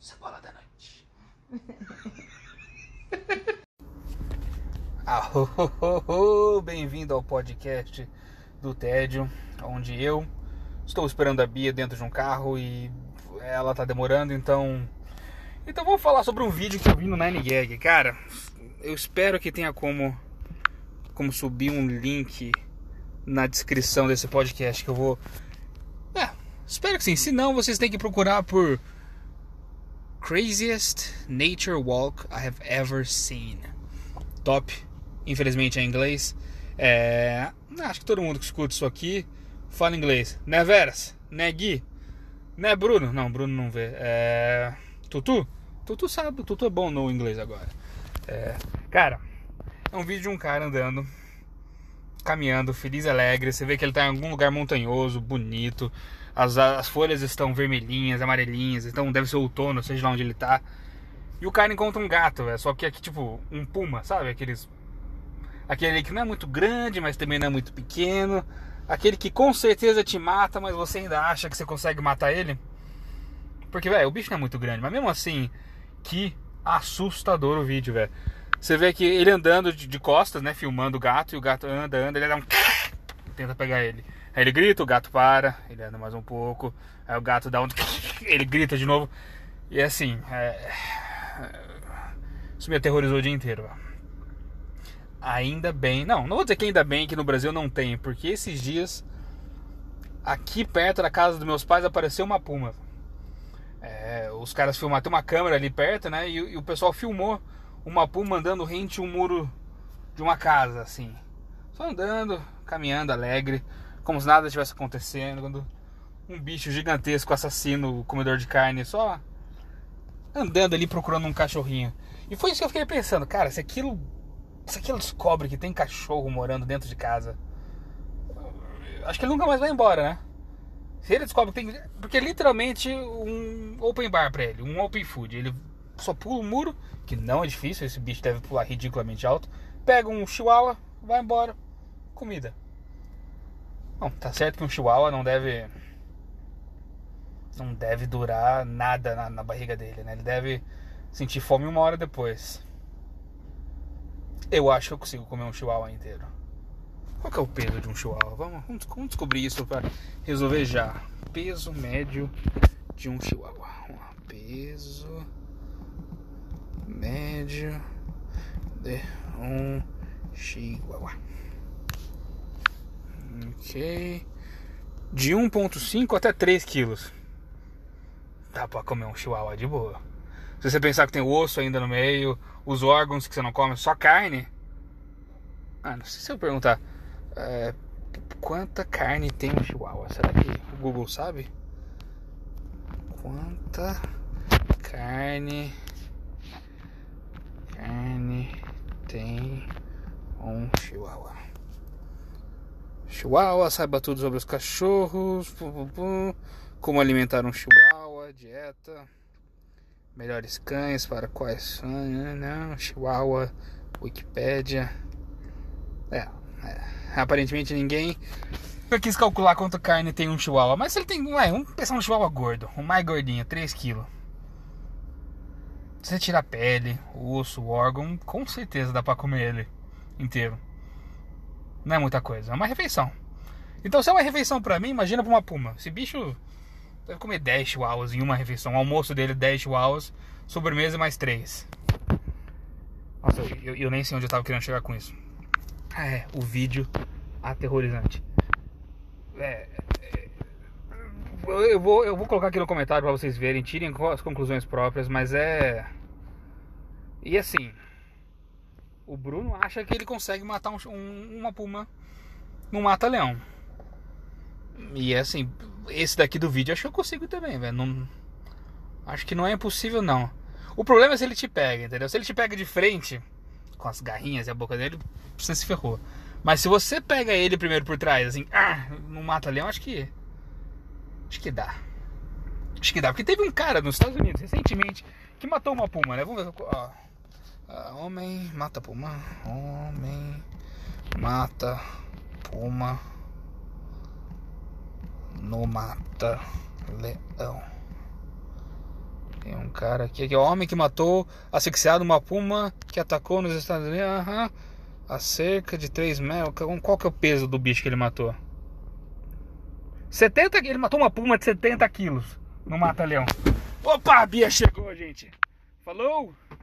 Cebola da noite. Bem-vindo ao podcast do Tédio, onde eu estou esperando a Bia dentro de um carro e ela tá demorando, então vamos falar sobre um vídeo que eu vi no 9gag. Cara, eu espero que tenha como subir um link na descrição desse podcast que eu vou... espero que sim, se não vocês têm que procurar por Craziest Nature Walk I Have Ever Seen. Top, infelizmente é em inglês. Acho que todo mundo que escuta isso aqui fala inglês. Né, Veras? Né, Gui? Né, Bruno? Não, Bruno não vê. Tutu? Tutu sabe, Tutu é bom no inglês agora. Cara, é um vídeo de um cara andando, caminhando, feliz e alegre. Você vê que ele tá em algum lugar montanhoso, bonito. As folhas estão vermelhinhas, amarelinhas, então deve ser outono, seja lá onde ele tá. E o cara encontra um gato, só que aqui tipo um puma, sabe? Aquele que não é muito grande, mas também não é muito pequeno. Aquele que com certeza te mata, mas você ainda acha que você consegue matar ele. Porque, velho, o bicho não é muito grande, mas mesmo assim, que assustador o vídeo, velho. Você vê que ele andando de costas, né, filmando o gato, e o gato anda, ele dá um... tenta pegar ele. Aí ele grita, o gato para, ele anda mais um pouco, aí o gato dá um... ele grita de novo. E assim, isso me aterrorizou o dia inteiro. Ainda bem, não vou dizer que ainda bem que no Brasil não tem, porque esses dias, aqui perto da casa dos meus pais, apareceu uma puma. Os caras filmaram, tem uma câmera ali perto, né, e o pessoal filmou uma puma andando rente um muro de uma casa, assim. Só andando, caminhando, alegre, como se nada estivesse acontecendo, quando um bicho gigantesco, assassino, comedor de carne, só andando ali procurando um cachorrinho. E foi isso que eu fiquei pensando, cara, se aquilo descobre que tem cachorro morando dentro de casa, acho que ele nunca mais vai embora, né? Se ele descobre que tem... Porque é literalmente um open bar pra ele, um open food. Ele só pula o muro, que não é difícil, esse bicho deve pular ridiculamente alto, pega um chihuahua, vai embora, comida. Bom, tá certo que um chihuahua não deve durar nada na barriga dele, né? Ele deve sentir fome 1 hora depois. Eu acho que eu consigo comer um chihuahua inteiro. Qual que é o peso de um chihuahua? Vamos descobrir isso para resolver já. Peso médio de um chihuahua. Peso médio de um chihuahua. Ok. De 1,5 até 3 quilos. Dá pra comer um chihuahua de boa. Se você pensar que tem o osso ainda no meio, os órgãos que você não come, só carne. Não sei se eu perguntar quanta carne tem um chihuahua. Será que o Google sabe? Quanta carne tem um chihuahua? Chihuahua, saiba tudo sobre os cachorros. Como alimentar um chihuahua, dieta, melhores cães para quais são. Não, chihuahua, Wikipédia. Aparentemente ninguém quis calcular quanto carne tem um chihuahua. Mas se ele tem, vamos pensar um chihuahua gordo, o mais gordinho, 3 kg. Se você tirar a pele, o osso, o órgão, com certeza dá pra comer ele inteiro. Não é muita coisa, é uma refeição. Então se é uma refeição pra mim, imagina pra uma puma. Esse bicho deve comer 10 chihuahuas em uma refeição. O almoço dele 10 chihuahuas, sobremesa mais 3. Nossa, eu nem sei onde eu tava querendo chegar com isso. O vídeo aterrorizante. Eu vou colocar aqui no comentário pra vocês verem, tirem as conclusões próprias, mas E assim, o Bruno acha que ele consegue matar uma puma no mata-leão. E assim, esse daqui do vídeo acho que eu consigo também, velho. Não... Acho que não é impossível, não. O problema é se ele te pega, entendeu? Se ele te pega de frente, com as garrinhas e a boca dele, você se ferrou. Mas se você pega ele primeiro por trás, assim, no mata-leão, acho que dá. Acho que dá. Porque teve um cara nos Estados Unidos, recentemente, que matou uma puma, né? Vamos ver. Homem mata puma. Homem mata puma no mata-leão. Tem um cara aqui, ó, homem que matou asfixiado uma puma que atacou nos Estados Unidos. Aham. A cerca de 3 metros. Qual que é o peso do bicho que ele matou? 70. Ele matou uma puma de 70 quilos no mata-leão. Opa, a Bia chegou, gente. Falou!